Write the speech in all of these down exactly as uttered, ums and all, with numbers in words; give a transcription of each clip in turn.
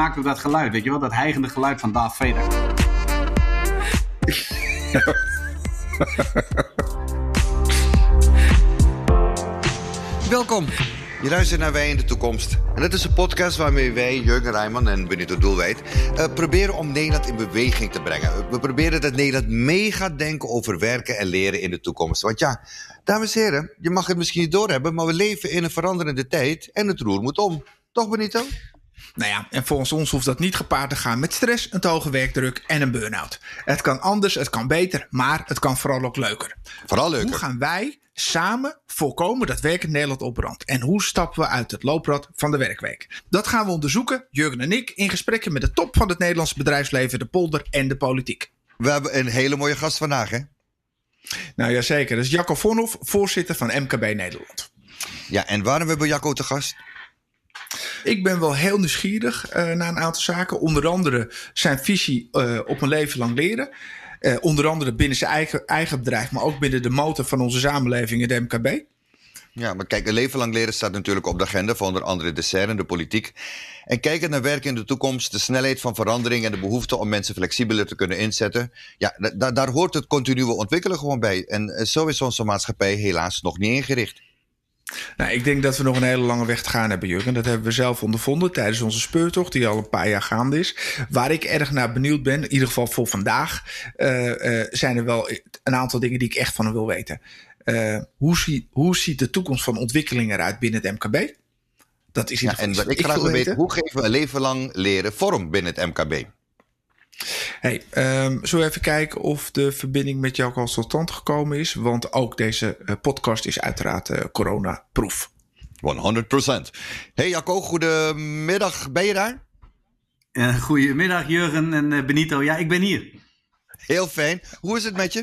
maakt ook dat geluid, weet je wel? Dat hijgende geluid van Darth Vader. Welkom. Je luistert naar Wij in de Toekomst. En dat is een podcast waarmee wij, Jurgen Rijman en Benito Doelwijd, uh, proberen om Nederland in beweging te brengen. We proberen dat Nederland mee gaat denken over werken en leren in de toekomst. Want ja, dames en heren, je mag het misschien niet doorhebben, maar we leven in een veranderende tijd en het roer moet om. Toch, Benito? Nou ja, en volgens ons hoeft dat niet gepaard te gaan met stress, een te hoge werkdruk en een burn-out. Het kan anders, het kan beter, maar het kan vooral ook leuker. Vooral leuker. Hoe gaan wij samen voorkomen dat werk in Nederland opbrandt? En hoe stappen we uit het looprad van de werkweek? Dat gaan we onderzoeken, Jurgen en ik, in gesprekken met de top van het Nederlandse bedrijfsleven, de polder en de politiek. We hebben een hele mooie gast vandaag, hè? Nou ja, zeker. Dat is Jacco Vonhoff, voorzitter van M K B Nederland. Ja, en waarom hebben we Jacco te gast? Ik ben wel heel nieuwsgierig uh, naar een aantal zaken. Onder andere zijn visie uh, op een leven lang leren. Uh, onder andere binnen zijn eigen, eigen bedrijf, maar ook binnen de motor van onze samenleving, de M K B. Ja, maar kijk, een leven lang leren staat natuurlijk op de agenda van onder andere de S E R en de politiek. En kijkend naar werk in de toekomst, de snelheid van verandering en de behoefte om mensen flexibeler te kunnen inzetten. Ja, da- daar hoort het continue ontwikkelen gewoon bij. En uh, zo is onze maatschappij helaas nog niet ingericht. Nou, ik denk dat we nog een hele lange weg te gaan hebben, Jurgen. Dat hebben we zelf ondervonden tijdens onze speurtocht, die al een paar jaar gaande is. Waar ik erg naar benieuwd ben, in ieder geval voor vandaag, uh, uh, zijn er wel een aantal dingen die ik echt van hem wil weten. Uh, hoe, zie, hoe ziet de toekomst van ontwikkeling eruit binnen het M K B? Dat is in ja, en wat ik, ik graag wil weten, hoe geven we een leven lang leren vorm binnen het M K B? Hey, um, zullen we even kijken of de verbinding met jou al tot stand gekomen is? Want ook deze uh, podcast is uiteraard uh, coronaproof. honderd procent. Hey Jacco, goedemiddag. Ben je daar? Uh, goedemiddag Jurgen en uh, Benito. Ja, ik ben hier. Heel fijn. Hoe is het met je?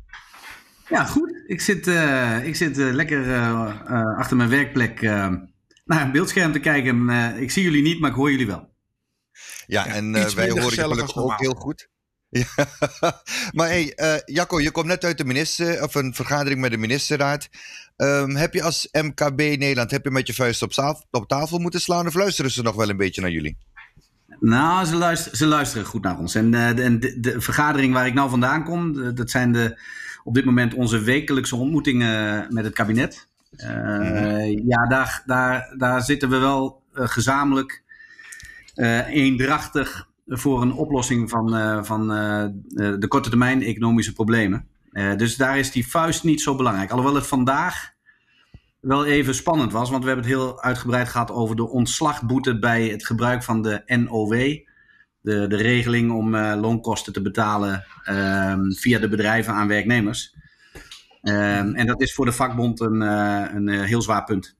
Ja, goed. Ik zit, uh, ik zit uh, lekker uh, uh, achter mijn werkplek uh, naar een beeldscherm te kijken. Uh, ik zie jullie niet, maar ik hoor jullie wel. Ja, ja, en uh, wij horen je gelukkig ook heel goed. Ja. Maar hey, uh, Jacco, je komt net uit de minister, of een vergadering met de ministerraad. Um, heb je als M K B Nederland, heb je met je vuist op tafel, op tafel moeten slaan of luisteren ze nog wel een beetje naar jullie? Nou, ze luisteren, ze luisteren goed naar ons. En, uh, de, de, de vergadering waar ik nou vandaan kom, de, dat zijn de, op dit moment onze wekelijkse ontmoetingen met het kabinet. Uh, mm-hmm. Ja, daar, daar, daar zitten we wel uh, gezamenlijk Uh, eendrachtig voor een oplossing van, uh, van uh, de korte termijn economische problemen. Uh, dus daar is die vuist niet zo belangrijk. Alhoewel het vandaag wel even spannend was, want we hebben het heel uitgebreid gehad over de ontslagboete bij het gebruik van de N O W. De, de regeling om uh, loonkosten te betalen uh, via de bedrijven aan werknemers. Uh, en dat is voor de vakbond een, uh, een uh, heel zwaar punt.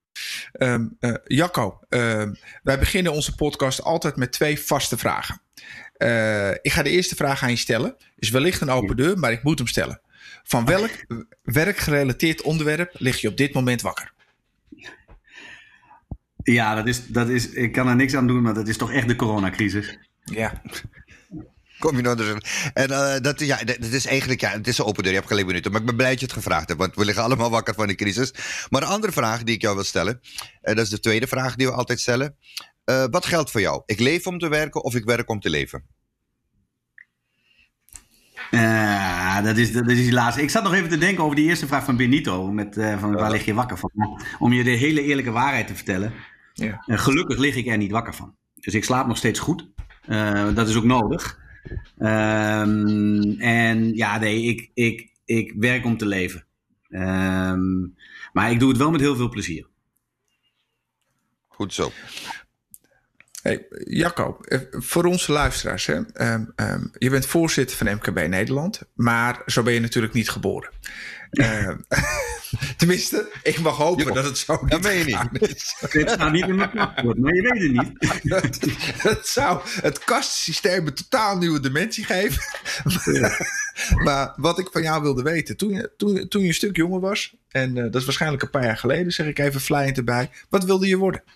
Um, uh, Jacco, uh, wij beginnen onze podcast altijd met twee vaste vragen. Uh, ik ga de eerste vraag aan je stellen. Is wellicht een open deur, maar ik moet hem stellen. Van welk werkgerelateerd onderwerp lig je op dit moment wakker? Ja, dat is, dat is, ik kan er niks aan doen, maar dat is toch echt de coronacrisis. Ja. Kom je nou dus. En uh, dat, ja, dat is eigenlijk, ja, het is een open deur. Je hebt gelijk minuten. Maar ik ben blij dat je het gevraagd hebt. Want we liggen allemaal wakker van de crisis. Maar de andere vraag die ik jou wil stellen. Uh, dat is de tweede vraag die we altijd stellen. Uh, wat geldt voor jou? Ik leef om te werken of ik werk om te leven? Uh, dat, is, dat is die laatste. Ik zat nog even te denken over die eerste vraag van Benito. Met, uh, van, waar lig je wakker van? Om je de hele eerlijke waarheid te vertellen. Ja. Uh, gelukkig lig ik er niet wakker van. Dus ik slaap nog steeds goed. Uh, dat is ook nodig. Um, en ja, nee, ik, ik, ik werk om te leven. Um, maar ik doe het wel met heel veel plezier. Goed zo. Hey, Jacco, voor onze luisteraars. Hè, um, um, je bent voorzitter van M K B Nederland. Maar zo ben je natuurlijk niet geboren. Uh, tenminste, ik mag hopen jo, dat het zo niet dat ben je niet. Het staat niet in mijn paspoort, maar je weet het niet. het, het zou het kastensysteem een totaal nieuwe dimensie geven. maar, maar wat ik van jou wilde weten, toen je, toen, toen je een stuk jonger was, en uh, dat is waarschijnlijk een paar jaar geleden, zeg ik even vlijend erbij, wat wilde je worden?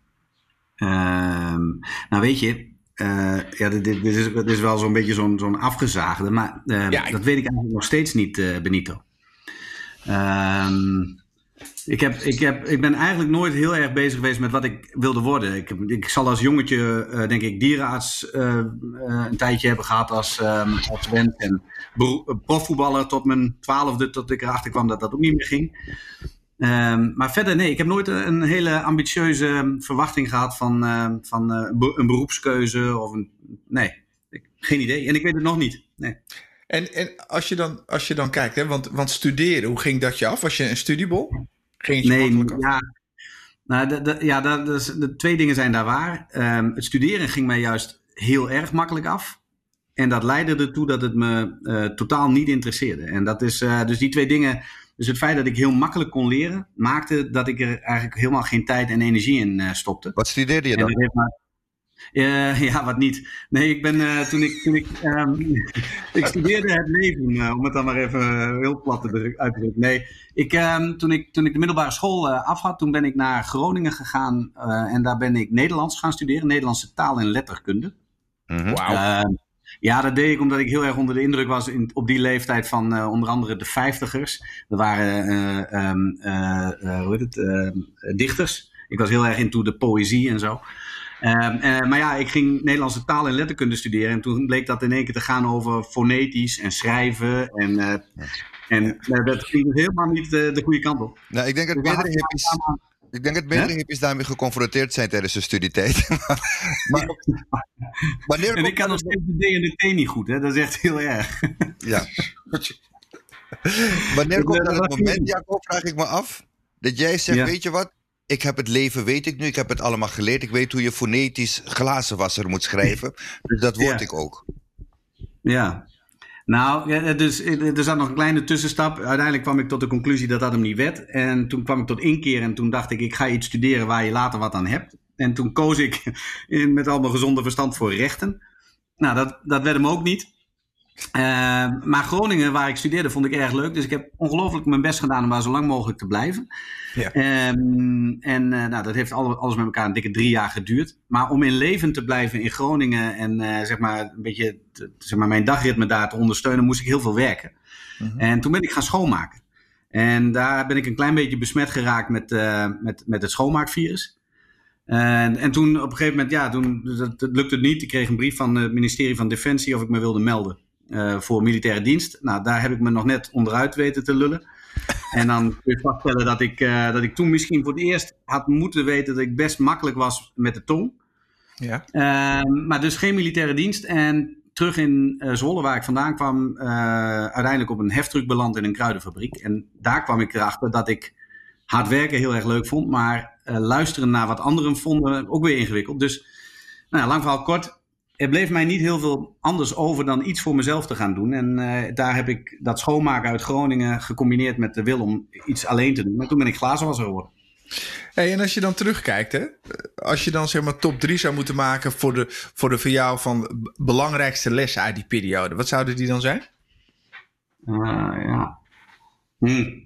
Um, nou weet je, uh, ja, dit, dit, is, dit is wel zo'n beetje zo'n, zo'n afgezaagde, maar uh, ja, ik... dat weet ik eigenlijk nog steeds niet, uh, Benito. Um, Ik, heb, ik, heb, ik ben eigenlijk nooit heel erg bezig geweest met wat ik wilde worden. Ik, heb, ik zal als jongetje, uh, denk ik, dierenarts uh, uh, een tijdje hebben gehad als, um, als wens. En beroep, profvoetballer tot mijn twaalfde, tot ik erachter kwam dat dat ook niet meer ging. Um, maar verder, nee, ik heb nooit een hele ambitieuze verwachting gehad van, uh, van uh, een beroepskeuze. Of een, nee, ik, geen idee. En ik weet het nog niet. Nee. En, en als, je dan, als je dan kijkt, hè, want, want studeren, hoe ging dat je af? Was je een studiebol? Ging het je nee, makkelijk af? Ja, nou, de, de, ja de, de, de twee dingen zijn daar waar. Um, het studeren ging mij juist heel erg makkelijk af. En dat leidde ertoe dat het me uh, totaal niet interesseerde. En dat is uh, dus die twee dingen. Dus het feit dat ik heel makkelijk kon leren, maakte dat ik er eigenlijk helemaal geen tijd en energie in uh, stopte. Wat studeerde je dan? En dat heeft maar, uh, ja, wat niet. Nee, ik ben uh, toen ik, toen ik, um, ik studeerde het leven, uh, om het dan maar even uh, heel plat te uit te drukken. Nee, ik, um, toen, ik, toen ik de middelbare school uh, af had, toen ben ik naar Groningen gegaan uh, en daar ben ik Nederlands gaan studeren, Nederlandse taal en letterkunde. Mm-hmm. Wauw. Uh, Ja, dat deed ik omdat ik heel erg onder de indruk was in, op die leeftijd van uh, onder andere de vijftigers. Er waren uh, um, uh, uh, hoe heet het, uh, dichters. Ik was heel erg into de poëzie en zo. Uh, uh, maar ja, ik ging Nederlandse taal en letterkunde studeren. En toen bleek dat in één keer te gaan over fonetisch en schrijven. En, uh, en uh, dat ging dus helemaal niet uh, de goede kant op. Nou, ik denk dat Dus meerdere hippies... Ik denk dat meerdere hippies daarmee geconfronteerd zijn tijdens de studietijd. maar, wanneer en ik kan nog steeds de D en de T niet goed, hè? Dat is echt heel erg. Ja. Wanneer komt dan het moment, Jacob, vraag ik me af, dat jij zegt, ja. weet je wat, ik heb het leven, weet ik nu, ik heb het allemaal geleerd, ik weet hoe je fonetisch glazenwasser moet schrijven, dus dat word ja. ik ook. Ja. Nou, ja, dus er zat nog een kleine tussenstap. Uiteindelijk kwam ik tot de conclusie dat dat hem niet werd. En toen kwam ik tot inkeer en toen dacht ik, ik ga iets studeren waar je later wat aan hebt. En toen koos ik met al mijn gezonde verstand voor rechten. Nou, dat, dat werd hem ook niet. Uh, maar Groningen, waar ik studeerde, vond ik erg leuk. Dus ik heb ongelooflijk mijn best gedaan om daar zo lang mogelijk te blijven. Ja. Um, en uh, nou, dat heeft alles met elkaar een dikke drie jaar geduurd. Maar om in leven te blijven in Groningen en uh, zeg maar een beetje te, zeg maar mijn dagritme daar te ondersteunen, moest ik heel veel werken. Mm-hmm. En toen ben ik gaan schoonmaken. En daar ben ik een klein beetje besmet geraakt met, uh, met, met het schoonmaakvirus. En, en toen op een gegeven moment, ja, toen, dat, dat lukte het niet. Ik kreeg een brief van het ministerie van Defensie of ik me wilde melden. Uh, voor militaire dienst. Nou, daar heb ik me nog net onderuit weten te lullen. En dan kun je vaststellen dat ik, uh, dat ik toen misschien voor het eerst had moeten weten dat ik best makkelijk was met de tong. Ja. Uh, maar dus geen militaire dienst. En terug in uh, Zwolle, waar ik vandaan kwam, uh, uiteindelijk op een heftruck beland in een kruidenfabriek. En daar kwam ik erachter dat ik hard werken heel erg leuk vond. Maar uh, luisteren naar wat anderen vonden ook weer ingewikkeld. Dus, nou ja, lang verhaal kort. Er bleef mij niet heel veel anders over dan iets voor mezelf te gaan doen. En uh, daar heb ik dat schoonmaken uit Groningen gecombineerd met de wil om iets alleen te doen. Maar toen ben ik glazenwasser geworden. Hey, en als je dan terugkijkt, hè? Als je dan zeg maar top drie zou moeten maken voor de, voor de voor jou van belangrijkste lessen uit die periode. Wat zouden die dan zijn? Uh, ja. Hm.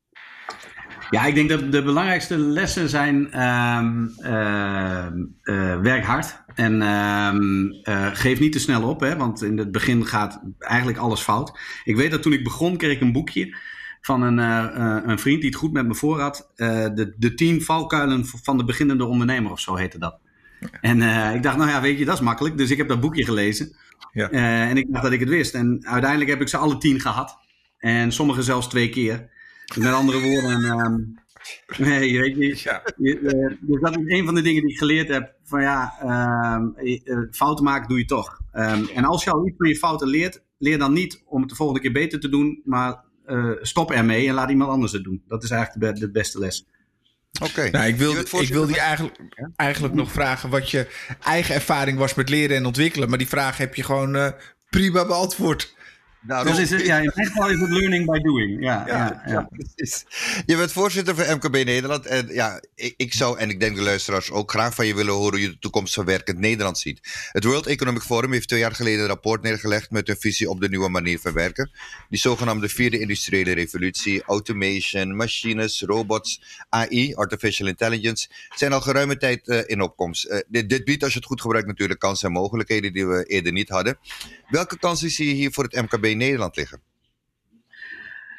Ja, ik denk dat de belangrijkste lessen zijn uh, uh, uh, werk hard en uh, uh, geef niet te snel op, hè, want in het begin gaat eigenlijk alles fout. Ik weet dat toen ik begon kreeg ik een boekje van een, uh, uh, een vriend die het goed met me voor had. Uh, de, de tien valkuilen van de beginnende ondernemer of zo heette dat. Ja. En uh, ik dacht, nou ja, weet je, dat is makkelijk. Dus ik heb dat boekje gelezen ja. uh, en ik dacht dat ik het wist. En uiteindelijk heb ik ze alle tien gehad en sommige zelfs twee keer. Met andere woorden, um, nee, weet je, ja. je, uh, dus dat is een van de dingen die ik geleerd heb. Van ja, uh, fouten maken doe je toch. Um, en als je al iets van je fouten leert, leer dan niet om het de volgende keer beter te doen, maar uh, stop ermee en laat iemand anders het doen. Dat is eigenlijk de, de beste les. Oké. Okay. Nou, ik wilde, ik wilde je eigenlijk, eigenlijk nog vragen wat je eigen ervaring was met leren en ontwikkelen. Maar die vraag heb je gewoon uh, prima beantwoord. Nou, dus is het, ja, in mijn geval is het learning by doing. Ja, ja, ja, ja. ja precies. Je bent voorzitter van M K B Nederland. En ja, ik, ik zou, en ik denk de luisteraars ook, graag van je willen horen hoe je de toekomst van werkend Nederland ziet. Het World Economic Forum heeft twee jaar geleden een rapport neergelegd met een visie op de nieuwe manier van werken. Die zogenaamde vierde industriële revolutie, automation, machines, robots, A I, artificial intelligence, zijn al geruime tijd uh, in opkomst. Uh, dit, dit biedt, als je het goed gebruikt, natuurlijk kansen en mogelijkheden die we eerder niet hadden. Welke kansen zie je hier voor het M K B Nederland liggen?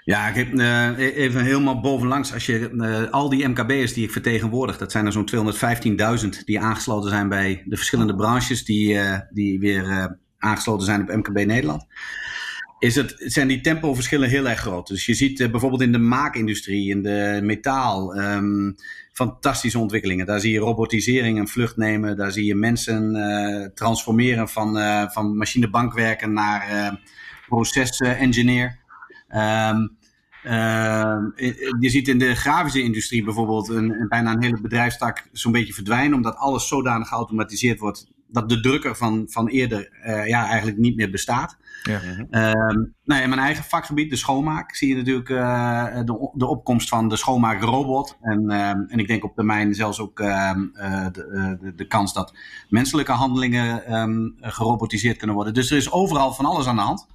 Ja, ik heb uh, even helemaal bovenlangs. Als je uh, al die M K B'ers die ik vertegenwoordig, dat zijn er zo'n tweehonderdvijftienduizend die aangesloten zijn bij de verschillende branches die, uh, die weer uh, aangesloten zijn op M K B Nederland. Is het, zijn die tempoverschillen heel erg groot. Dus je ziet uh, bijvoorbeeld in de maakindustrie, in de metaal, um, fantastische ontwikkelingen. Daar zie je robotisering een vlucht nemen. Daar zie je mensen uh, transformeren van, uh, van machinebankwerken naar uh, proces-engineer. Um, uh, je ziet in de grafische industrie bijvoorbeeld een, een, bijna een hele bedrijfstak zo'n beetje verdwijnen, omdat alles zodanig geautomatiseerd wordt dat de drukker van, van eerder uh, ja, eigenlijk niet meer bestaat. Ja. Um, nou, in mijn eigen vakgebied, de schoonmaak, zie je natuurlijk uh, de, de opkomst van de schoonmaakrobot. En, uh, en ik denk op termijn zelfs ook uh, uh, de, de, de kans dat menselijke handelingen um, gerobotiseerd kunnen worden. Dus er is overal van alles aan de hand.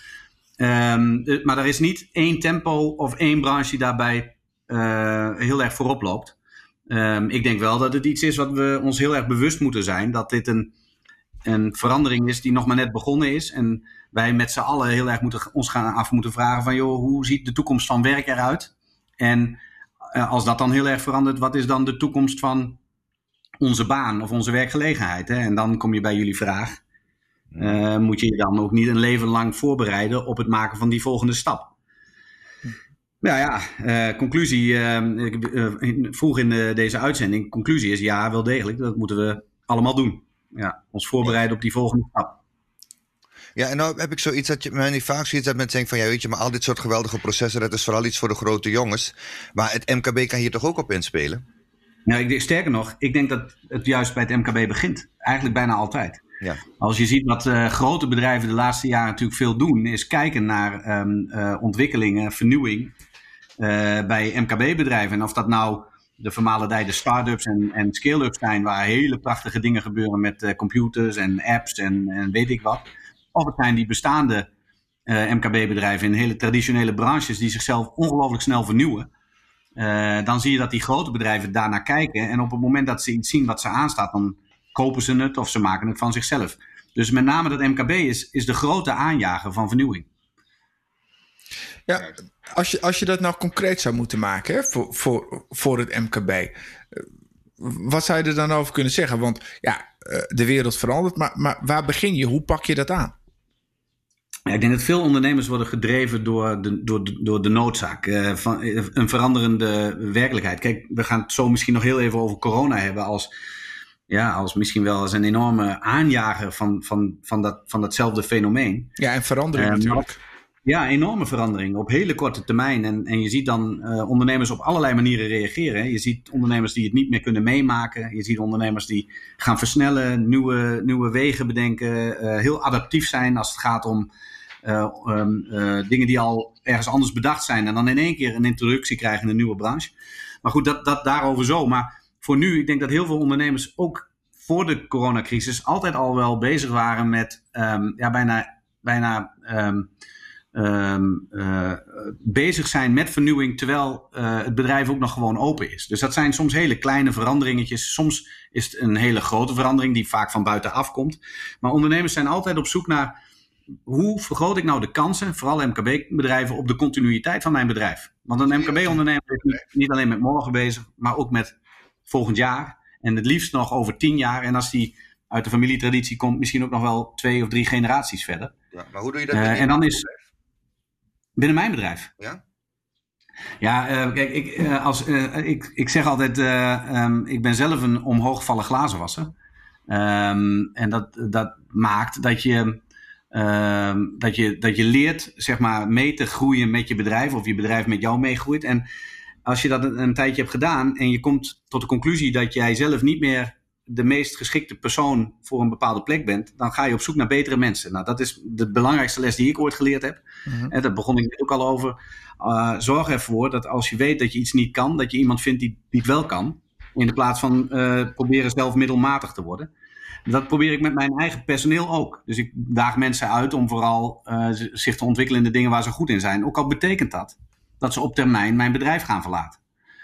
Um, de, maar er is niet één tempo of één branche die daarbij uh, heel erg voorop loopt. Um, ik denk wel dat het iets is wat we ons heel erg bewust moeten zijn. Dat dit een, een verandering is die nog maar net begonnen is. En wij met z'n allen heel erg moeten, ons gaan af moeten vragen van, joh, hoe ziet de toekomst van werk eruit? En uh, als dat dan heel erg verandert, wat is dan de toekomst van onze baan of onze werkgelegenheid? Hè? En dan kom je bij jullie vraag. Uh, moet je je dan ook niet een leven lang voorbereiden op het maken van die volgende stap? Nou ja, uh, conclusie, uh, uh, vroeg in de, deze uitzending, conclusie is ja, wel degelijk, dat moeten we allemaal doen. Ja, ons voorbereiden op die volgende stap. Ja, en nou heb ik zoiets dat je mij vaak zoiets dat mensen denken van, ja, weet je, maar al dit soort geweldige processen, dat is vooral iets voor de grote jongens. Maar het M K B kan hier toch ook op inspelen? Nou, ik, sterker nog, ik denk dat het juist bij het M K B begint. Eigenlijk bijna altijd. Ja. Als je ziet wat uh, grote bedrijven de laatste jaren natuurlijk veel doen, is kijken naar um, uh, ontwikkelingen, vernieuwing uh, bij M K B-bedrijven. En of dat nou de vermalendijde start-ups en, en scale-ups zijn, waar hele prachtige dingen gebeuren met uh, computers en apps en, en weet ik wat. Of het zijn die bestaande uh, M K B-bedrijven in hele traditionele branches die zichzelf ongelooflijk snel vernieuwen. Uh, dan zie je dat die grote bedrijven daarnaar kijken. En op het moment dat ze iets zien wat ze aanstaat, dan kopen ze het of ze maken het van zichzelf. Dus met name dat M K B is, is de grote aanjager van vernieuwing. Ja, als je, als je dat nou concreet zou moeten maken, hè, voor, voor, voor het M K B. Wat zou je er dan over kunnen zeggen? Want ja, de wereld verandert, maar, maar waar begin je? Hoe pak je dat aan? Ja, ik denk dat veel ondernemers worden gedreven door de, door de, door de noodzaak uh, van een veranderende werkelijkheid. Kijk, we gaan het zo misschien nog heel even over corona hebben als, ja, als misschien wel als een enorme aanjager van, van, van, dat, van datzelfde fenomeen. Ja, en verandering uh, natuurlijk. Ja, enorme verandering op hele korte termijn. En, en je ziet dan uh, ondernemers op allerlei manieren reageren. Je ziet ondernemers die het niet meer kunnen meemaken. Je ziet ondernemers die gaan versnellen, nieuwe, nieuwe wegen bedenken. Uh, heel adaptief zijn als het gaat om uh, um, uh, dingen die al ergens anders bedacht zijn. En dan in één keer een introductie krijgen in een nieuwe branche. Maar goed, dat, dat daarover zo. Maar voor nu, ik denk dat heel veel ondernemers ook voor de coronacrisis altijd al wel bezig waren met um, ja, bijna... bijna um, Um, uh, bezig zijn met vernieuwing terwijl uh, het bedrijf ook nog gewoon open is. Dus dat zijn soms hele kleine veranderingetjes. Soms is het een hele grote verandering die vaak van buitenaf komt. Maar ondernemers zijn altijd op zoek naar hoe vergroot ik nou de kansen, vooral M K B-bedrijven, op de continuïteit van mijn bedrijf. Want een M K B-ondernemer is niet, niet alleen met morgen bezig, maar ook met volgend jaar. En het liefst nog over tien jaar. En als die uit de familietraditie komt, misschien ook nog wel twee of drie generaties verder. Ja, maar hoe doe je dat? Uh, en dan is binnen mijn bedrijf. Ja? Ja, uh, kijk, ik, uh, als, uh, ik, ik zeg altijd, uh, um, ik ben zelf een omhooggevallen glazenwasser. Um, en dat, dat maakt dat je, uh, dat, je, dat je leert, zeg maar, mee te groeien met je bedrijf. Of je bedrijf met jou meegroeit. En als je dat een, een tijdje hebt gedaan en je komt tot de conclusie dat jij zelf niet meer de meest geschikte persoon voor een bepaalde plek bent, dan ga je op zoek naar betere mensen. Nou, dat is de belangrijkste les die ik ooit geleerd heb. Mm-hmm. En daar begon ik net ook al over. Uh, zorg ervoor dat als je weet dat je iets niet kan, dat je iemand vindt die, die het wel kan. In de plaats van uh, proberen zelf middelmatig te worden. Dat probeer ik met mijn eigen personeel ook. Dus ik daag mensen uit om vooral uh, zich te ontwikkelen in de dingen waar ze goed in zijn. Ook al betekent dat dat ze op termijn mijn bedrijf gaan verlaten.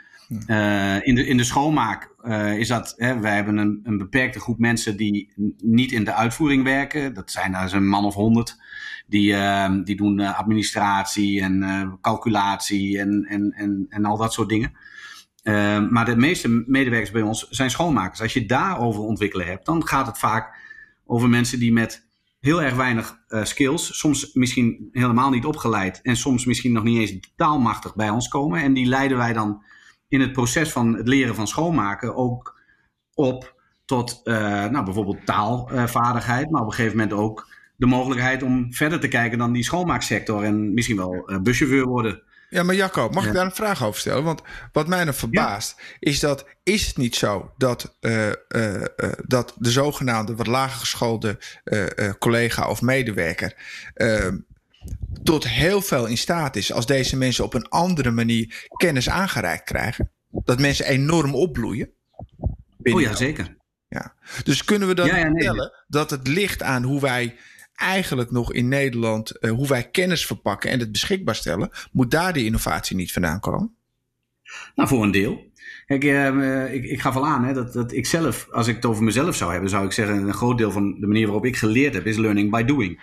Uh, in, de, in de schoonmaak uh, is dat, hè, wij hebben een, een beperkte groep mensen die n- niet in de uitvoering werken. Dat zijn er een man of honderd. Die, uh, die doen uh, administratie en uh, calculatie en, en, en, en al dat soort dingen. Uh, maar de meeste medewerkers bij ons zijn schoonmakers. Als je daarover ontwikkelen hebt, dan gaat het vaak over mensen die met heel erg weinig uh, skills, soms misschien helemaal niet opgeleid en soms misschien nog niet eens taalmachtig bij ons komen. En die leiden wij dan in het proces van het leren van schoonmaken ook op tot uh, nou, bijvoorbeeld taalvaardigheid, uh, maar op een gegeven moment ook de mogelijkheid om verder te kijken dan die schoonmaaksector en misschien wel uh, buschauffeur worden. Ja, maar Jacco, mag ik daar een vraag over stellen? Want wat mij dan verbaast, ja. is dat, is het niet zo dat, uh, uh, uh, dat de zogenaamde wat lager geschoolde uh, uh, collega of medewerker uh, tot heel veel in staat is als deze mensen op een andere manier kennis aangereikt krijgen? Dat mensen enorm opbloeien? Oh ja, zeker. Ja. Dus kunnen we dan ja, ja, nee. vertellen dat het ligt aan hoe wij eigenlijk nog in Nederland, uh, hoe wij kennis verpakken en het beschikbaar stellen, moet daar die innovatie niet vandaan komen? Nou, voor een deel. Kijk, uh, ik, ik gaf al aan hè, dat, dat ik zelf, als ik het over mezelf zou hebben, zou ik zeggen, een groot deel van de manier waarop ik geleerd heb, is learning by doing.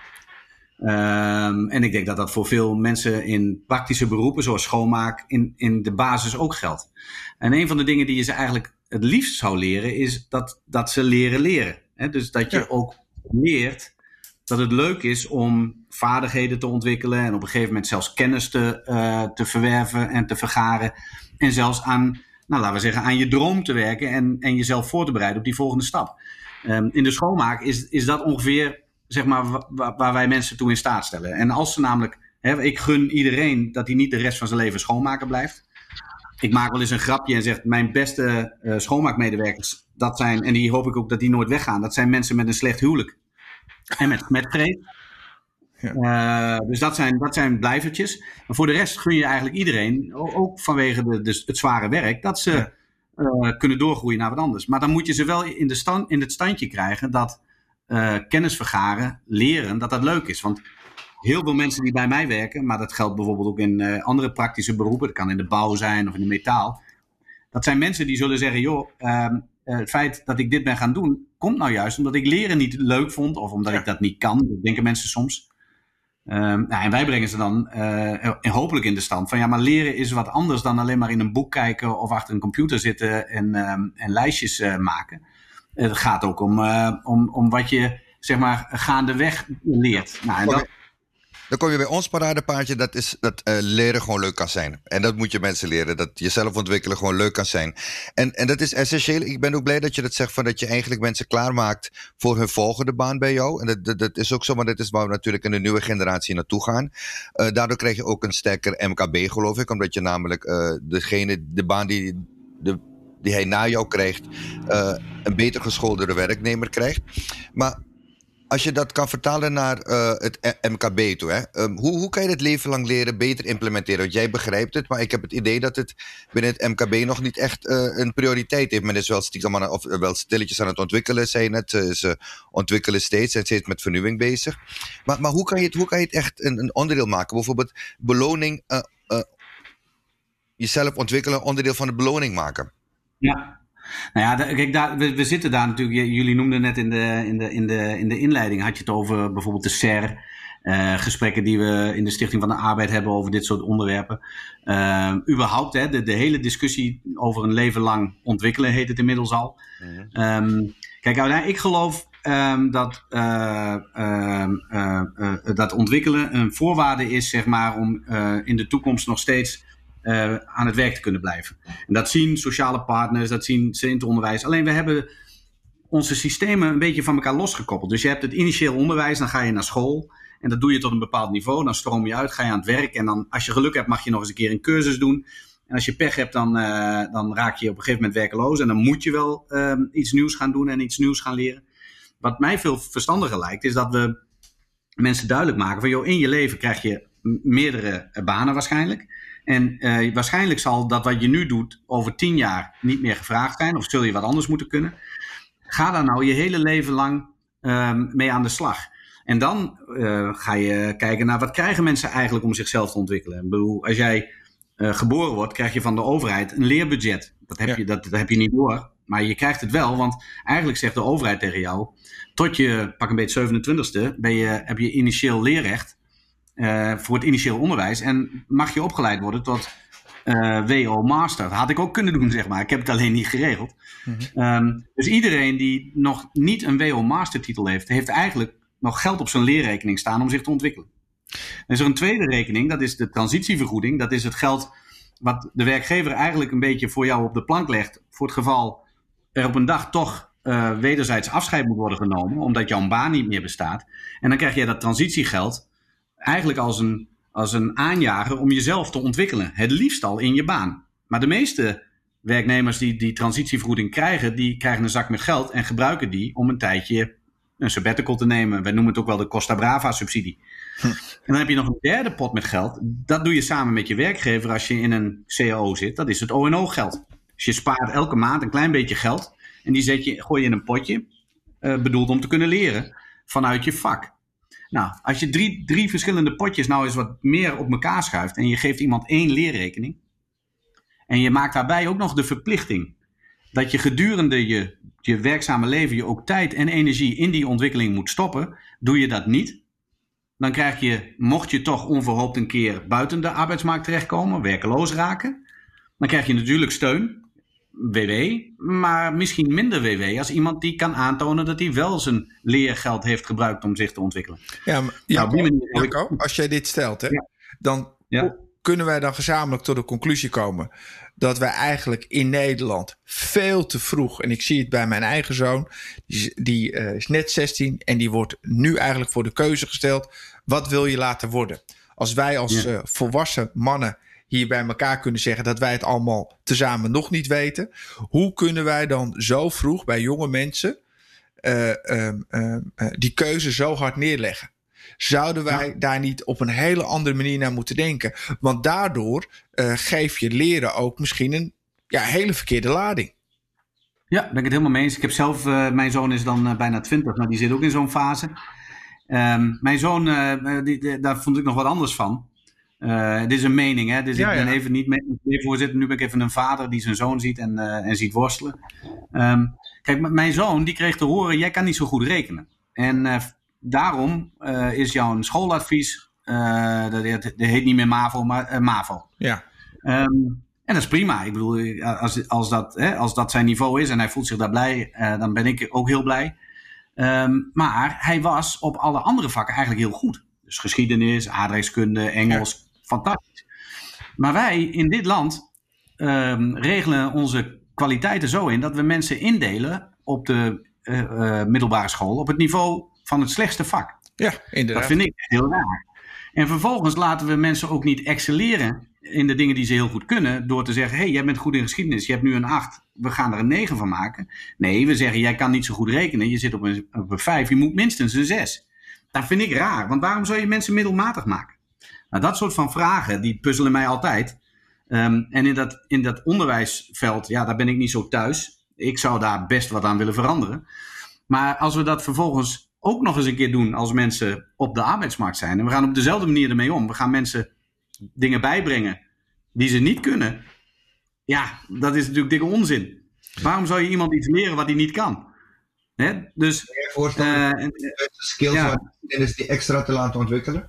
Um, en ik denk dat dat voor veel mensen in praktische beroepen, zoals schoonmaak, in, in de basis ook geldt. En een van de dingen die je ze eigenlijk het liefst zou leren, is dat, dat ze leren leren. Hè? Dus dat je ja. ook leert dat het leuk is om vaardigheden te ontwikkelen en op een gegeven moment zelfs kennis te, uh, te verwerven en te vergaren. En zelfs aan, nou, laten we zeggen, aan je droom te werken en, en jezelf voor te bereiden op die volgende stap. Um, in de schoonmaak is, is dat ongeveer, zeg maar, waar, waar wij mensen toe in staat stellen. En als ze namelijk, hè, ik gun iedereen dat hij niet de rest van zijn leven schoonmaker blijft. Ik maak wel eens een grapje en zeg, mijn beste uh, schoonmaakmedewerkers, dat zijn, en die hoop ik ook dat die nooit weggaan, dat zijn mensen met een slecht huwelijk. En met smetvrees. Ja. Uh, dus dat zijn, dat zijn blijvertjes. Maar voor de rest gun je eigenlijk iedereen, ook vanwege de, de, het zware werk, dat ze ja. uh, kunnen doorgroeien naar wat anders. Maar dan moet je ze wel in, de stand, in het standje krijgen dat uh, kennis vergaren, leren, dat dat leuk is. Want heel veel mensen die bij mij werken, maar dat geldt bijvoorbeeld ook in uh, andere praktische beroepen, dat kan in de bouw zijn of in de metaal. Dat zijn mensen die zullen zeggen, joh, uh, uh, het feit dat ik dit ben gaan doen, komt nou juist omdat ik leren niet leuk vond of omdat ja. ik dat niet kan. Dat denken mensen soms. Uh, nou, en wij brengen ze dan uh, hopelijk in de stand van ja, maar leren is wat anders dan alleen maar in een boek kijken of achter een computer zitten en, uh, en lijstjes uh, maken. Uh, het gaat ook om, uh, om, om wat je, zeg maar, gaandeweg leert. Nou, en dat, Dan kom je bij ons paradepaardje, dat is dat uh, leren gewoon leuk kan zijn. En dat moet je mensen leren, dat jezelf ontwikkelen gewoon leuk kan zijn. En, en dat is essentieel. Ik ben ook blij dat je dat zegt, van dat je eigenlijk mensen klaarmaakt voor hun volgende baan bij jou. En dat, dat, dat is ook zo, maar dat is waar we natuurlijk in de nieuwe generatie naartoe gaan. Uh, daardoor krijg je ook een sterker M K B, geloof ik. Omdat je namelijk uh, degene, de baan die, de, die hij na jou krijgt, uh, een beter geschoolde werknemer krijgt. Maar als je dat kan vertalen naar uh, het M K B toe, hè? Um, hoe, hoe kan je het leven lang leren beter implementeren? Want jij begrijpt het, maar ik heb het idee dat het binnen het M K B nog niet echt uh, een prioriteit heeft. Men is wel stiekem aan, of wel stilletjes aan het ontwikkelen, zei je net. Uh, ze ontwikkelen steeds, zijn steeds met vernieuwing bezig. Maar, maar hoe, kan je het, hoe kan je het echt een, een onderdeel maken? Bijvoorbeeld beloning, uh, uh, jezelf ontwikkelen, onderdeel van de beloning maken. Ja. Nou ja, kijk, daar, we, we zitten daar natuurlijk. Jullie noemden net in de, in de, in de, in de inleiding, had je het over bijvoorbeeld de S E R. Uh, gesprekken die we in de Stichting van de Arbeid hebben over dit soort onderwerpen. Uh, überhaupt, hè, de, de hele discussie over een leven lang ontwikkelen heet het inmiddels al. Mm-hmm. Um, kijk, nou, ik geloof um, dat, uh, uh, uh, uh, dat ontwikkelen een voorwaarde is, zeg maar, om uh, in de toekomst nog steeds Uh, aan het werk te kunnen blijven. En dat zien sociale partners, dat zien studentenonderwijs. Alleen we hebben onze systemen een beetje van elkaar losgekoppeld. Dus je hebt het initieel onderwijs, dan ga je naar school. En dat doe je tot een bepaald niveau. Dan stroom je uit, ga je aan het werk. En dan, als je geluk hebt, mag je nog eens een keer een cursus doen. En als je pech hebt, dan, uh, dan raak je op een gegeven moment werkeloos. En dan moet je wel uh, iets nieuws gaan doen en iets nieuws gaan leren. Wat mij veel verstandiger lijkt, is dat we mensen duidelijk maken van, joh, in je leven krijg je meerdere banen waarschijnlijk. En uh, waarschijnlijk zal dat wat je nu doet over tien jaar niet meer gevraagd zijn. Of zul je wat anders moeten kunnen. Ga daar nou je hele leven lang uh, mee aan de slag. En dan uh, ga je kijken naar wat krijgen mensen eigenlijk om zichzelf te ontwikkelen. Ik bedoel, als jij uh, geboren wordt, krijg je van de overheid een leerbudget. Dat heb, ja. je, dat, dat heb je niet door. Maar je krijgt het wel, want eigenlijk zegt de overheid tegen jou, tot je pak een beetje zevenentwintigste ben je, heb je initieel leerrecht uh, voor het initieel onderwijs en mag je opgeleid worden tot uh, W O Master. Dat had ik ook kunnen doen, zeg maar. Ik heb het alleen niet geregeld. Mm-hmm. Um, dus iedereen die nog niet een W O Master titel heeft, heeft eigenlijk nog geld op zijn leerrekening staan om zich te ontwikkelen. Dan is er een tweede rekening, dat is de transitievergoeding. Dat is het geld wat de werkgever eigenlijk een beetje voor jou op de plank legt, voor het geval er op een dag toch uh, wederzijds afscheid moet worden genomen, omdat jouw baan niet meer bestaat. En dan krijg je dat transitiegeld eigenlijk als een, als een aanjager om jezelf te ontwikkelen. Het liefst al in je baan. Maar de meeste werknemers die die transitievergoeding krijgen, die krijgen een zak met geld en gebruiken die om een tijdje een sabbatical te nemen. Wij noemen het ook wel de Costa Brava subsidie. Hm. En dan heb je nog een derde pot met geld. Dat doe je samen met je werkgever als je in een C A O zit. Dat is het O N O-geld. Dus je spaart elke maand een klein beetje geld. En die zet je, gooi je in een potje. Uh, bedoeld om te kunnen leren vanuit je vak. Nou, als je drie, drie verschillende potjes nou eens wat meer op elkaar schuift. En je geeft iemand één leerrekening. En je maakt daarbij ook nog de verplichting dat je gedurende je, je werkzame leven je ook tijd en energie in die ontwikkeling moet stoppen. Doe je dat niet, dan krijg je, mocht je toch onverhoopt een keer buiten de arbeidsmarkt terechtkomen, werkeloos raken, dan krijg je natuurlijk steun, W W, maar misschien minder W W als iemand die kan aantonen dat hij wel zijn leergeld heeft gebruikt om zich te ontwikkelen. Ja, maar, Jaco, nou, manier, Jaco, ik... als jij dit stelt, hè, ja. dan ja. kunnen wij dan gezamenlijk tot de conclusie komen dat wij eigenlijk in Nederland veel te vroeg, en ik zie het bij mijn eigen zoon, die, die uh, is net zestien en die wordt nu eigenlijk voor de keuze gesteld, wat wil je laten worden? Als wij als ja. uh, volwassen mannen hier bij elkaar kunnen zeggen dat wij het allemaal tezamen nog niet weten, hoe kunnen wij dan zo vroeg bij jonge mensen uh, uh, uh, uh, die keuze zo hard neerleggen? Zouden wij ja. daar niet op een hele andere manier naar moeten denken? Want daardoor uh, geef je leren ook misschien een ja, hele verkeerde lading. Ja, daar ben ik het helemaal mee eens. Ik heb zelf, uh, mijn zoon is dan uh, bijna twintig, maar die zit ook in zo'n fase. Um, mijn zoon, uh, die, die, daar vond ik nog wat anders van. Uh, dit is een mening, hè? Dus ja, ik ben ja. even niet mee voorzitter. Nu ben ik even een vader die zijn zoon ziet en, uh, en ziet worstelen. Um, kijk, m- mijn zoon die kreeg te horen, jij kan niet zo goed rekenen. En uh, daarom uh, is jouw schooladvies, uh, dat, dat heet niet meer MAVO, maar uh, MAVO. Ja. Um, en dat is prima. Ik bedoel, als, als, dat, hè, als dat zijn niveau is en hij voelt zich daar blij, uh, dan ben ik ook heel blij. Um, maar hij was op alle andere vakken eigenlijk heel goed. Dus geschiedenis, aardrijkskunde, Engels, ja. fantastisch. Maar wij in dit land um, regelen onze kwaliteiten zo in dat we mensen indelen op de uh, uh, middelbare school op het niveau van het slechtste vak. Ja, inderdaad. Dat vind ik heel raar. En vervolgens laten we mensen ook niet excelleren in de dingen die ze heel goed kunnen, door te zeggen, hé, hey, jij bent goed in geschiedenis, je hebt nu een acht, we gaan er een negen van maken. Nee, we zeggen, jij kan niet zo goed rekenen, je zit op een, op een vijf, je moet minstens een zes. Dat vind ik raar, want waarom zou je mensen middelmatig maken? Nou, dat soort van vragen, die puzzelen mij altijd. Um, en in dat, in dat onderwijsveld, ja, daar ben ik niet zo thuis. Ik zou daar best wat aan willen veranderen. Maar als we dat vervolgens ook nog eens een keer doen als mensen op de arbeidsmarkt zijn, en we gaan op dezelfde manier ermee om, we gaan mensen dingen bijbrengen die ze niet kunnen. Ja, dat is natuurlijk dikke onzin. Waarom zou je iemand iets leren wat hij niet kan? Hè? Dus, je voorstellen uh, de skills ja. die extra te laten ontwikkelen?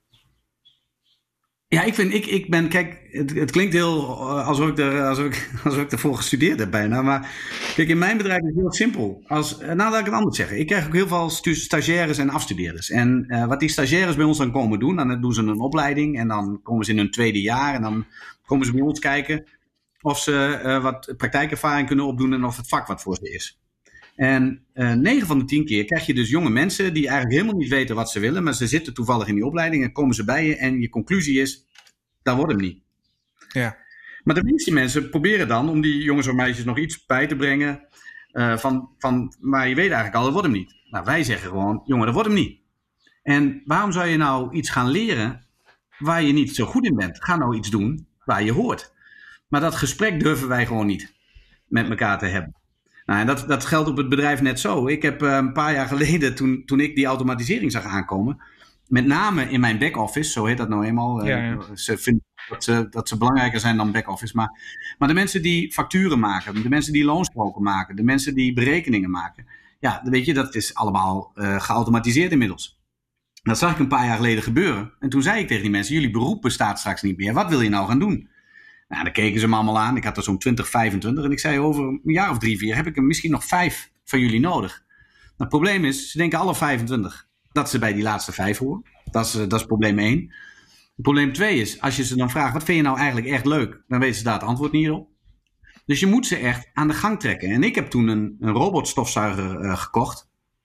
Ja, ik vind, ik, ik ben, kijk, het, het klinkt heel alsof ik, er, alsof, ik, alsof ik ervoor gestudeerd heb bijna. Maar kijk, in mijn bedrijf is het heel simpel. Als, nou, laat ik het anders zeggen. Ik krijg ook heel veel stu- stagiaires en afstudeerders. En uh, wat die stagiaires bij ons dan komen doen, dan doen ze een opleiding. En dan komen ze in hun tweede jaar. En dan komen ze bij ons kijken of ze uh, wat praktijkervaring kunnen opdoen en of het vak wat voor ze is. En uh, negen van de tien keer krijg je dus jonge mensen die eigenlijk helemaal niet weten wat ze willen, maar ze zitten toevallig in die opleiding en komen ze bij je en je conclusie is, dat wordt hem niet. Ja. Maar de meeste mensen proberen dan om die jongens of meisjes nog iets bij te brengen uh, van, van, maar je weet eigenlijk al, dat wordt hem niet. Nou, wij zeggen gewoon, jongen, dat wordt hem niet. En waarom zou je nou iets gaan leren waar je niet zo goed in bent? Ga nou iets doen waar je hoort. Maar dat gesprek durven wij gewoon niet met elkaar te hebben. Nou, en dat, dat geldt op het bedrijf net zo. Ik heb uh, een paar jaar geleden, toen, toen ik die automatisering zag aankomen, met name in mijn back-office, zo heet dat nou eenmaal. Ja, ja. Uh, ze vinden dat ze, dat ze belangrijker zijn dan back-office. Maar, maar de mensen die facturen maken, de mensen die loonstroken maken, de mensen die berekeningen maken. Ja, weet je, dat is allemaal uh, geautomatiseerd inmiddels. Dat zag ik een paar jaar geleden gebeuren. En toen zei ik tegen die mensen, jullie beroep bestaat straks niet meer. Wat wil je nou gaan doen? Nou, dan keken ze me allemaal aan. Ik had er zo'n twintig, vijfentwintig. En ik zei, over een jaar of drie, vier heb ik er misschien nog vijf van jullie nodig. Nou, het probleem is, ze denken alle vijfentwintig dat ze bij die laatste vijf horen. Dat is, dat is probleem één. Probleem twee is, als je ze dan vraagt, wat vind je nou eigenlijk echt leuk? Dan weten ze daar het antwoord niet op. Dus je moet ze echt aan de gang trekken. En ik heb toen een, een robotstofzuiger uh, gekocht.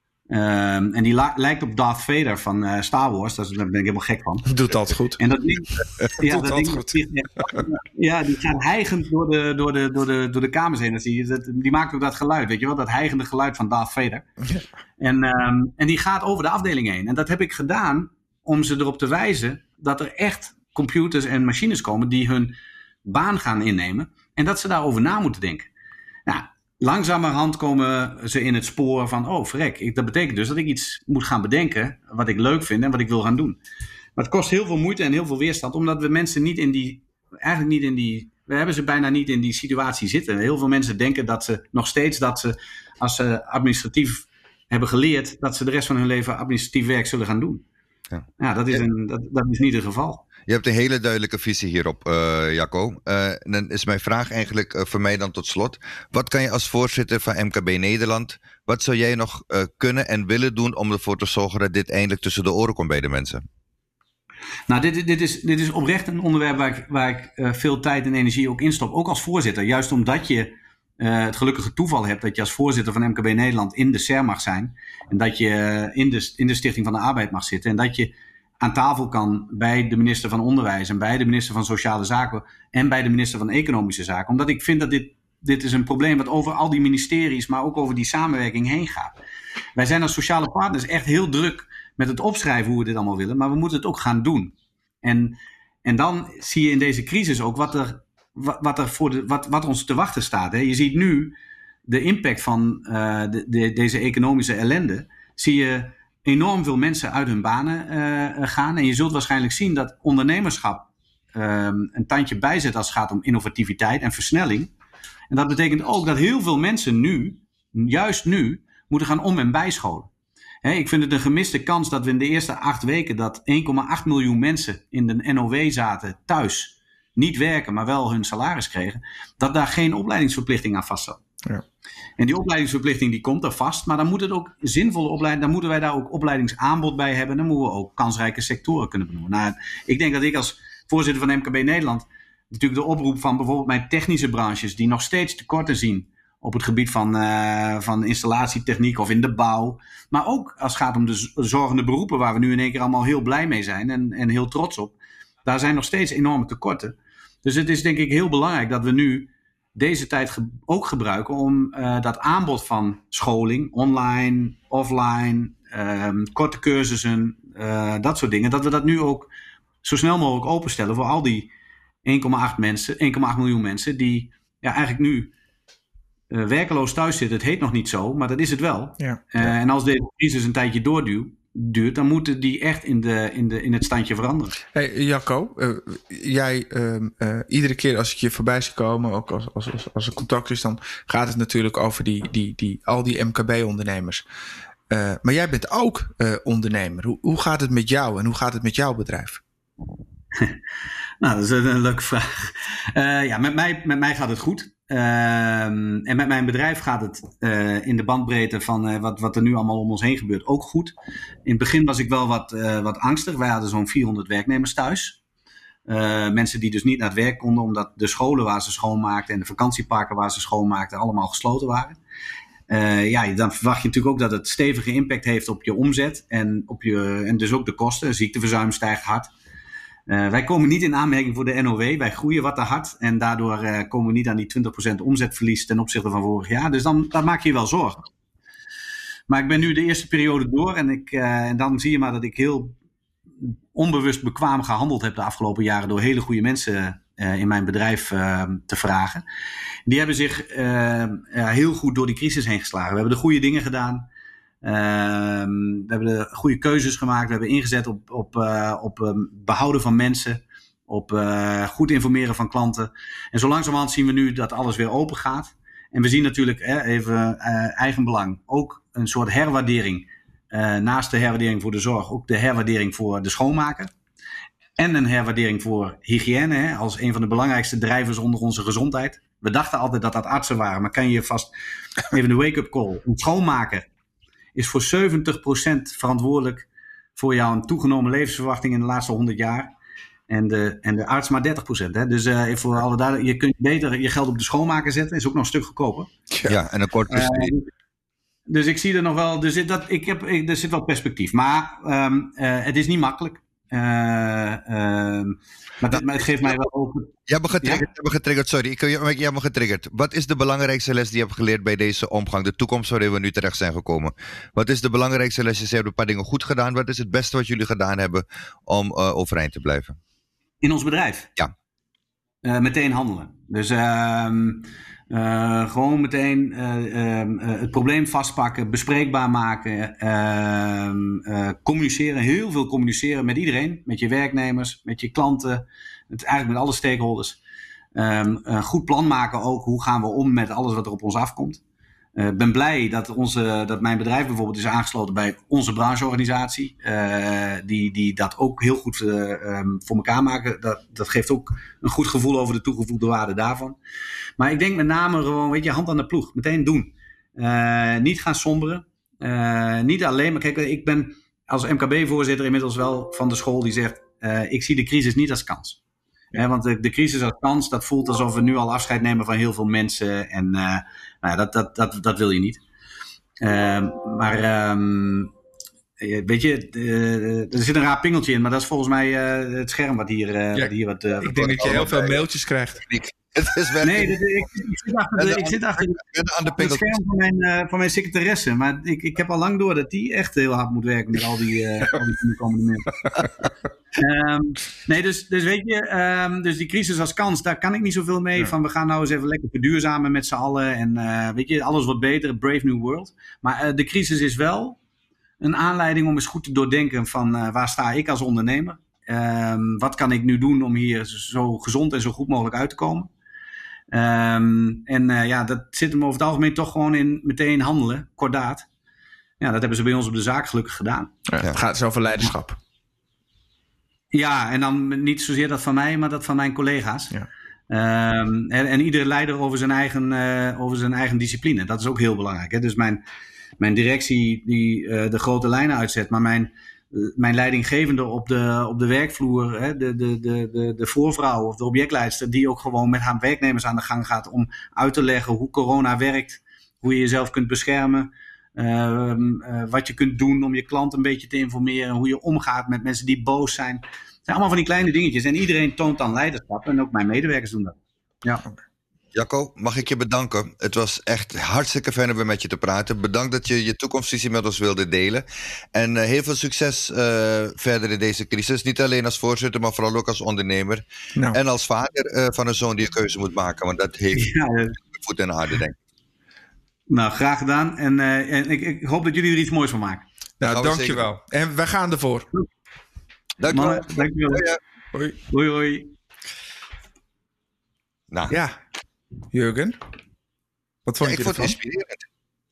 Um, en die la- lijkt op Darth Vader van uh, Star Wars. Daar ben ik helemaal gek van. Doet dat goed. En dat ding, ja, Doet dat ding goed. Die, ja, die gaat hijgend door de, door de, door de, door de kamers heen. Die, dat, die maakt ook dat geluid, weet je wel? Dat hijgende geluid van Darth Vader. Ja. En, um, en die gaat over de afdeling heen. En dat heb ik gedaan om ze erop te wijzen dat er echt computers en machines komen die hun baan gaan innemen. En dat ze daarover na moeten denken. Nou, langzamerhand komen ze in het spoor van, oh verrek, ik, dat betekent dus dat ik iets moet gaan bedenken wat ik leuk vind en wat ik wil gaan doen. Maar het kost heel veel moeite en heel veel weerstand, omdat we mensen niet in die, eigenlijk niet in die, we hebben ze bijna niet in die situatie zitten. Heel veel mensen denken dat ze nog steeds, dat ze als ze administratief hebben geleerd, dat ze de rest van hun leven administratief werk zullen gaan doen. Ja, ja dat, is een, dat, dat is niet het geval. Je hebt een hele duidelijke visie hierop, uh, Jacco. Uh, en dan is mijn vraag eigenlijk uh, voor mij dan tot slot. Wat kan je als voorzitter van M K B Nederland, wat zou jij nog uh, kunnen en willen doen om ervoor te zorgen dat dit eindelijk tussen de oren komt bij de mensen? Nou, dit, dit, is, dit is oprecht een onderwerp waar ik, waar ik uh, veel tijd en energie ook instop. Ook als voorzitter. Juist omdat je uh, het gelukkige toeval hebt dat je als voorzitter van M K B Nederland in de S E R mag zijn. En dat je uh, in, de, in de Stichting van de Arbeid mag zitten. En dat je aan tafel kan bij de minister van Onderwijs en bij de minister van Sociale Zaken en bij de minister van Economische Zaken. Omdat ik vind dat dit, dit is een probleem wat over al die ministeries, maar ook over die samenwerking heen gaat. Wij zijn als sociale partners echt heel druk met het opschrijven hoe we dit allemaal willen, maar we moeten het ook gaan doen. En, en dan zie je in deze crisis ook wat er, wat, wat er voor de, wat, wat ons te wachten staat. Hè. Je ziet nu de impact van uh, de, de, deze economische ellende. Zie je enorm veel mensen uit hun banen uh, gaan. En je zult waarschijnlijk zien dat ondernemerschap um, een tandje bijzet als het gaat om innovativiteit en versnelling. En dat betekent ook dat heel veel mensen nu, juist nu, moeten gaan om- en bijscholen. He, ik vind het een gemiste kans dat we in de eerste acht weken dat één komma acht miljoen mensen in de N O W zaten thuis, niet werken, maar wel hun salaris kregen, dat daar geen opleidingsverplichting aan vast zat. Ja. En die opleidingsverplichting die komt er vast, maar dan moet het ook zinvolle opleiding, dan moeten wij daar ook opleidingsaanbod bij hebben. Dan moeten we ook kansrijke sectoren kunnen benoemen. Nou, ik denk dat ik als voorzitter van M K B Nederland natuurlijk de oproep van bijvoorbeeld mijn technische branches, die nog steeds tekorten zien op het gebied van, uh, van installatietechniek of in de bouw. Maar ook als het gaat om de zorgende beroepen, waar we nu in één keer allemaal heel blij mee zijn en, en heel trots op. Daar zijn nog steeds enorme tekorten. Dus het is denk ik heel belangrijk dat we nu deze tijd ge- ook gebruiken om uh, dat aanbod van scholing, online, offline, um, korte cursussen, uh, dat soort dingen, dat we dat nu ook zo snel mogelijk openstellen voor al die één komma acht mensen, één komma acht miljoen mensen die ja, eigenlijk nu uh, werkeloos thuis zitten. Het heet nog niet zo, maar dat is het wel. Ja, ja. Uh, en als deze crisis een tijdje doorduwt, duurt, dan moeten die echt in, de, in, de, in het standje veranderen. Hey Jacco, uh, jij uh, uh, iedere keer als ik je voorbij zie komen, ook als, als, als, als er contact is, dan gaat het natuurlijk over die, die, die, al die M K B-ondernemers. Uh, maar jij bent ook uh, ondernemer. Hoe, hoe gaat het met jou en hoe gaat het met jouw bedrijf? Nou, dat is een, een leuke vraag. Uh, ja, met mij, met mij gaat het goed. Uh, en met mijn bedrijf gaat het uh, in de bandbreedte van uh, wat, wat er nu allemaal om ons heen gebeurt ook goed. In het begin was ik wel wat, uh, wat angstig. Wij hadden zo'n vierhonderd werknemers thuis. Uh, mensen die dus niet naar het werk konden omdat de scholen waar ze schoonmaakten en de vakantieparken waar ze schoonmaakten allemaal gesloten waren. Uh, ja, dan verwacht je natuurlijk ook dat het stevige impact heeft op je omzet en, op je, en dus ook de kosten. Ziekteverzuim stijgt hard. Uh, wij komen niet in aanmerking voor de N O W. Wij groeien wat te hard. En daardoor uh, komen we niet aan die twintig procent omzetverlies ten opzichte van vorig jaar. Dus dan, dan maak je je wel zorgen. Maar ik ben nu de eerste periode door. En, ik, uh, en dan zie je maar dat ik heel onbewust bekwaam gehandeld heb de afgelopen jaren. Door hele goede mensen uh, in mijn bedrijf uh, te vragen. Die hebben zich uh, uh, heel goed door die crisis heen geslagen. We hebben de goede dingen gedaan. Uh, we hebben de goede keuzes gemaakt. We hebben ingezet op, op, uh, op um, behouden van mensen. op uh, goed informeren van klanten. En zo langzamerhand zien we nu dat alles weer open gaat. En we zien natuurlijk, eh, even uh, eigenbelang, ook een soort herwaardering. Uh, naast de herwaardering voor de zorg, ook de herwaardering voor de schoonmaker. En een herwaardering voor hygiëne, hè, als een van de belangrijkste drijvers onder onze gezondheid. We dachten altijd dat dat artsen waren, maar kan je vast even een wake-up call. Een schoonmaker is voor zeventig procent verantwoordelijk voor jouw toegenomen levensverwachting in de laatste honderd jaar. En de, en de arts maar dertig procent. Hè? Dus uh, voor alle duidelijk, je kunt beter je geld op de schoonmaker zetten. Is ook nog een stuk goedkoper. Ja, ja en een kort besteding. Uh, dus ik zie er nog wel, dus dat, ik heb, ik, er zit wel perspectief. Maar um, uh, het is niet makkelijk. Uh, uh, maar, dat, maar het geeft mij wel open. Je hebt me getriggerd, ja? getriggerd sorry. Ik, je, je hebt me getriggerd. Wat is de belangrijkste les die je hebt geleerd bij deze omgang? De toekomst waarin we nu terecht zijn gekomen. Wat is de belangrijkste les? Ze hebben een paar dingen goed gedaan. Wat is het beste wat jullie gedaan hebben om uh, overeind te blijven? In ons bedrijf? Ja. Uh, meteen handelen. Dus uh, uh, gewoon meteen uh, uh, uh, het probleem vastpakken, bespreekbaar maken, uh, uh, communiceren, heel veel communiceren met iedereen, met je werknemers, met je klanten, met, eigenlijk met alle stakeholders. Um, een goed plan maken ook, hoe gaan we om met alles wat er op ons afkomt. Ik uh, ben blij dat, onze, dat mijn bedrijf bijvoorbeeld is aangesloten bij onze brancheorganisatie. Uh, die, die dat ook heel goed uh, um, voor elkaar maken. Dat, dat geeft ook een goed gevoel over de toegevoegde waarde daarvan. Maar ik denk met name gewoon, weet je, hand aan de ploeg. Meteen doen. Uh, niet gaan somberen. Uh, niet alleen, maar kijk, ik ben als M K B-voorzitter inmiddels wel van de school die zegt, uh, ik zie de crisis niet als kans. Ja, want de, de crisis als kans, dat voelt alsof we nu al afscheid nemen van heel veel mensen. En uh, nou ja, dat, dat, dat, dat wil je niet. Uh, maar um, weet je, uh, er zit een raar pingeltje in. Maar dat is volgens mij uh, het scherm wat hier... Uh, ja, wat hier wat, uh, ik denk dat je heel veel mailtjes krijgt. Het is nee, dat, ik, ik zit achter, de, ik zit achter de, het scherm van mijn, uh, van mijn secretaresse. Maar ik, ik heb al lang door dat die echt heel hard moet werken met al die, uh, al die komende mensen. um, nee, dus, dus weet je, um, dus die crisis als kans, daar kan ik niet zoveel mee. Ja. Van we gaan nou eens even lekker verduurzamen met z'n allen. En uh, weet je, alles wordt beter, Brave New World. Maar uh, de crisis is wel een aanleiding om eens goed te doordenken van uh, waar sta ik als ondernemer? Um, wat kan ik nu doen om hier zo gezond en zo goed mogelijk uit te komen? Um, en uh, ja, dat zit hem over het algemeen toch gewoon in meteen handelen, kordaat. Ja, dat hebben ze bij ons op de zaak gelukkig gedaan. Ja, het gaat dus over leiderschap. Ja, en dan niet zozeer dat van mij, maar dat van mijn collega's. Ja. Um, en, en iedere leider over zijn eigen, uh, over zijn eigen discipline. Dat is ook heel belangrijk. Hè? Dus mijn, mijn directie die uh, de grote lijnen uitzet, maar mijn... Mijn leidinggevende op de, op de werkvloer, hè, de, de, de, de, de voorvrouw of de objectleidster, die ook gewoon met haar werknemers aan de gang gaat om uit te leggen hoe corona werkt, hoe je jezelf kunt beschermen, uh, uh, wat je kunt doen om je klant een beetje te informeren, hoe je omgaat met mensen die boos zijn. Het zijn allemaal van die kleine dingetjes en iedereen toont dan leiderschap en ook mijn medewerkers doen dat. Ja. Jacco, mag ik je bedanken. Het was echt hartstikke fijn om weer met je te praten. Bedankt dat je je toekomstvisie met ons wilde delen. En uh, heel veel succes uh, verder in deze crisis. Niet alleen als voorzitter, maar vooral ook als ondernemer. Nou. En als vader uh, van een zoon die een keuze moet maken. Want dat heeft ja, uh, voet in de aarde, denk ik. Nou, graag gedaan. En, uh, en ik, ik hoop dat jullie er iets moois van maken. Nou, dankjewel. En wij gaan ervoor. Dankjewel. Dankjewel. Hoi. Hoi, hoi. Nou. Ja. Jurgen, wat vond ja, je ik ervan? vond het inspirerend.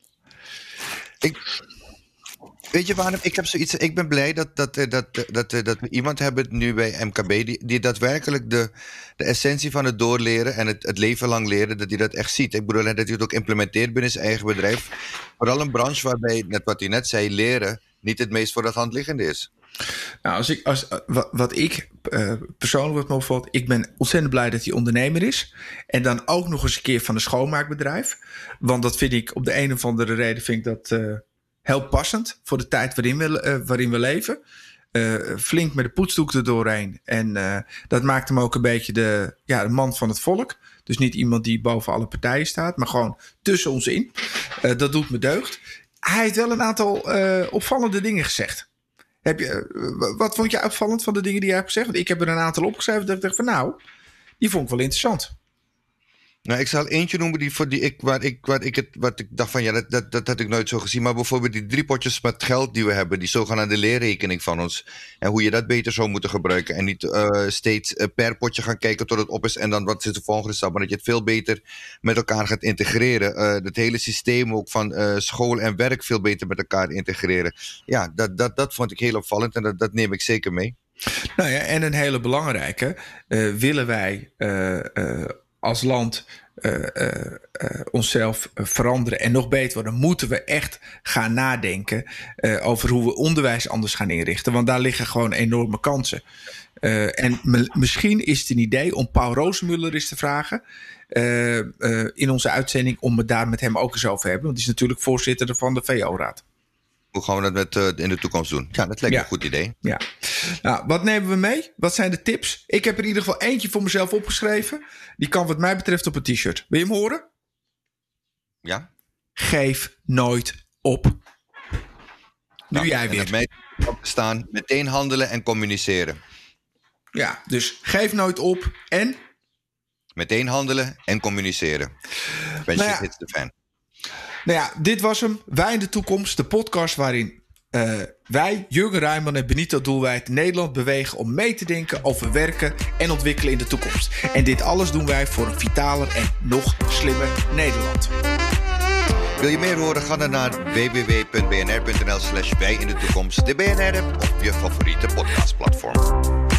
Ik, weet je waarom? Ik heb zoiets. Ik ben blij dat, dat, dat, dat, dat, dat we iemand hebben nu bij M K B die, die daadwerkelijk de, de essentie van het doorleren en het, het leven lang leren, dat hij dat echt ziet. Ik bedoel, dat hij het ook implementeert binnen zijn eigen bedrijf. Vooral een branche waarbij, net wat hij net zei, leren niet het meest voor de hand liggende is. Nou, als ik, als, wat, wat ik uh, persoonlijk wat me opvalt, ik ben ontzettend blij dat hij ondernemer is. En dan ook nog eens een keer van een schoonmaakbedrijf. Want dat vind ik op de een of andere reden vind ik dat uh, heel passend voor de tijd waarin we, uh, waarin we leven. Uh, flink met de poetsdoek er doorheen. En uh, dat maakt hem ook een beetje de, ja, de man van het volk. Dus niet iemand die boven alle partijen staat, maar gewoon tussen ons in. Uh, dat doet me deugd. Hij heeft wel een aantal uh, opvallende dingen gezegd. Heb je, wat vond je opvallend van de dingen die hij heeft gezegd? Want ik heb er een aantal opgeschreven dat ik dacht van nou, die vond ik wel interessant. Nou, ik zal eentje noemen die, voor die ik, waar, ik, waar ik het, wat ik dacht van ja, dat, dat, dat had ik nooit zo gezien. Maar bijvoorbeeld die drie potjes met geld die we hebben, die zogenaamde leerrekening van ons. En hoe je dat beter zou moeten gebruiken. En niet uh, steeds uh, per potje gaan kijken tot het op is en dan wat is de volgende stap. Maar dat je het veel beter met elkaar gaat integreren. Uh, het hele systeem ook van uh, school en werk veel beter met elkaar integreren. Ja, dat, dat, dat vond ik heel opvallend en dat, dat neem ik zeker mee. Nou ja, en een hele belangrijke. Uh, willen wij uh, uh, als land uh, uh, uh, onszelf uh, veranderen en nog beter worden, moeten we echt gaan nadenken uh, over hoe we onderwijs anders gaan inrichten. Want daar liggen gewoon enorme kansen. Uh, en m- misschien is het een idee om Paul Rozenmuller eens te vragen uh, uh, in onze uitzending om het daar met hem ook eens over te hebben. Want die is natuurlijk voorzitter van de V O-raad. Hoe gaan we dat met, uh, in de toekomst doen? Ja, dat lijkt ja. me een goed idee. Ja. Nou, wat nemen we mee? Wat zijn de tips? Ik heb er in ieder geval eentje voor mezelf opgeschreven. Die kan wat mij betreft op een t-shirt. Wil je hem horen? Ja. Geef nooit op. Nu nou, jij weer. En mij op te staan, meteen handelen en communiceren. Ja, dus geef nooit op en? Meteen handelen en communiceren. Ben je nou ja, de fan. Nou ja, dit was hem. Wij in de toekomst. De podcast waarin uh, wij, Jurgen Rijman en Benito Doelwijd, Nederland bewegen om mee te denken over werken en ontwikkelen in de toekomst. En dit alles doen wij voor een vitaler en nog slimmer Nederland. Wil je meer horen? Ga dan naar w w w punt b n r punt n l slash wij in de toekomst. De B N R-app of je favoriete podcastplatform.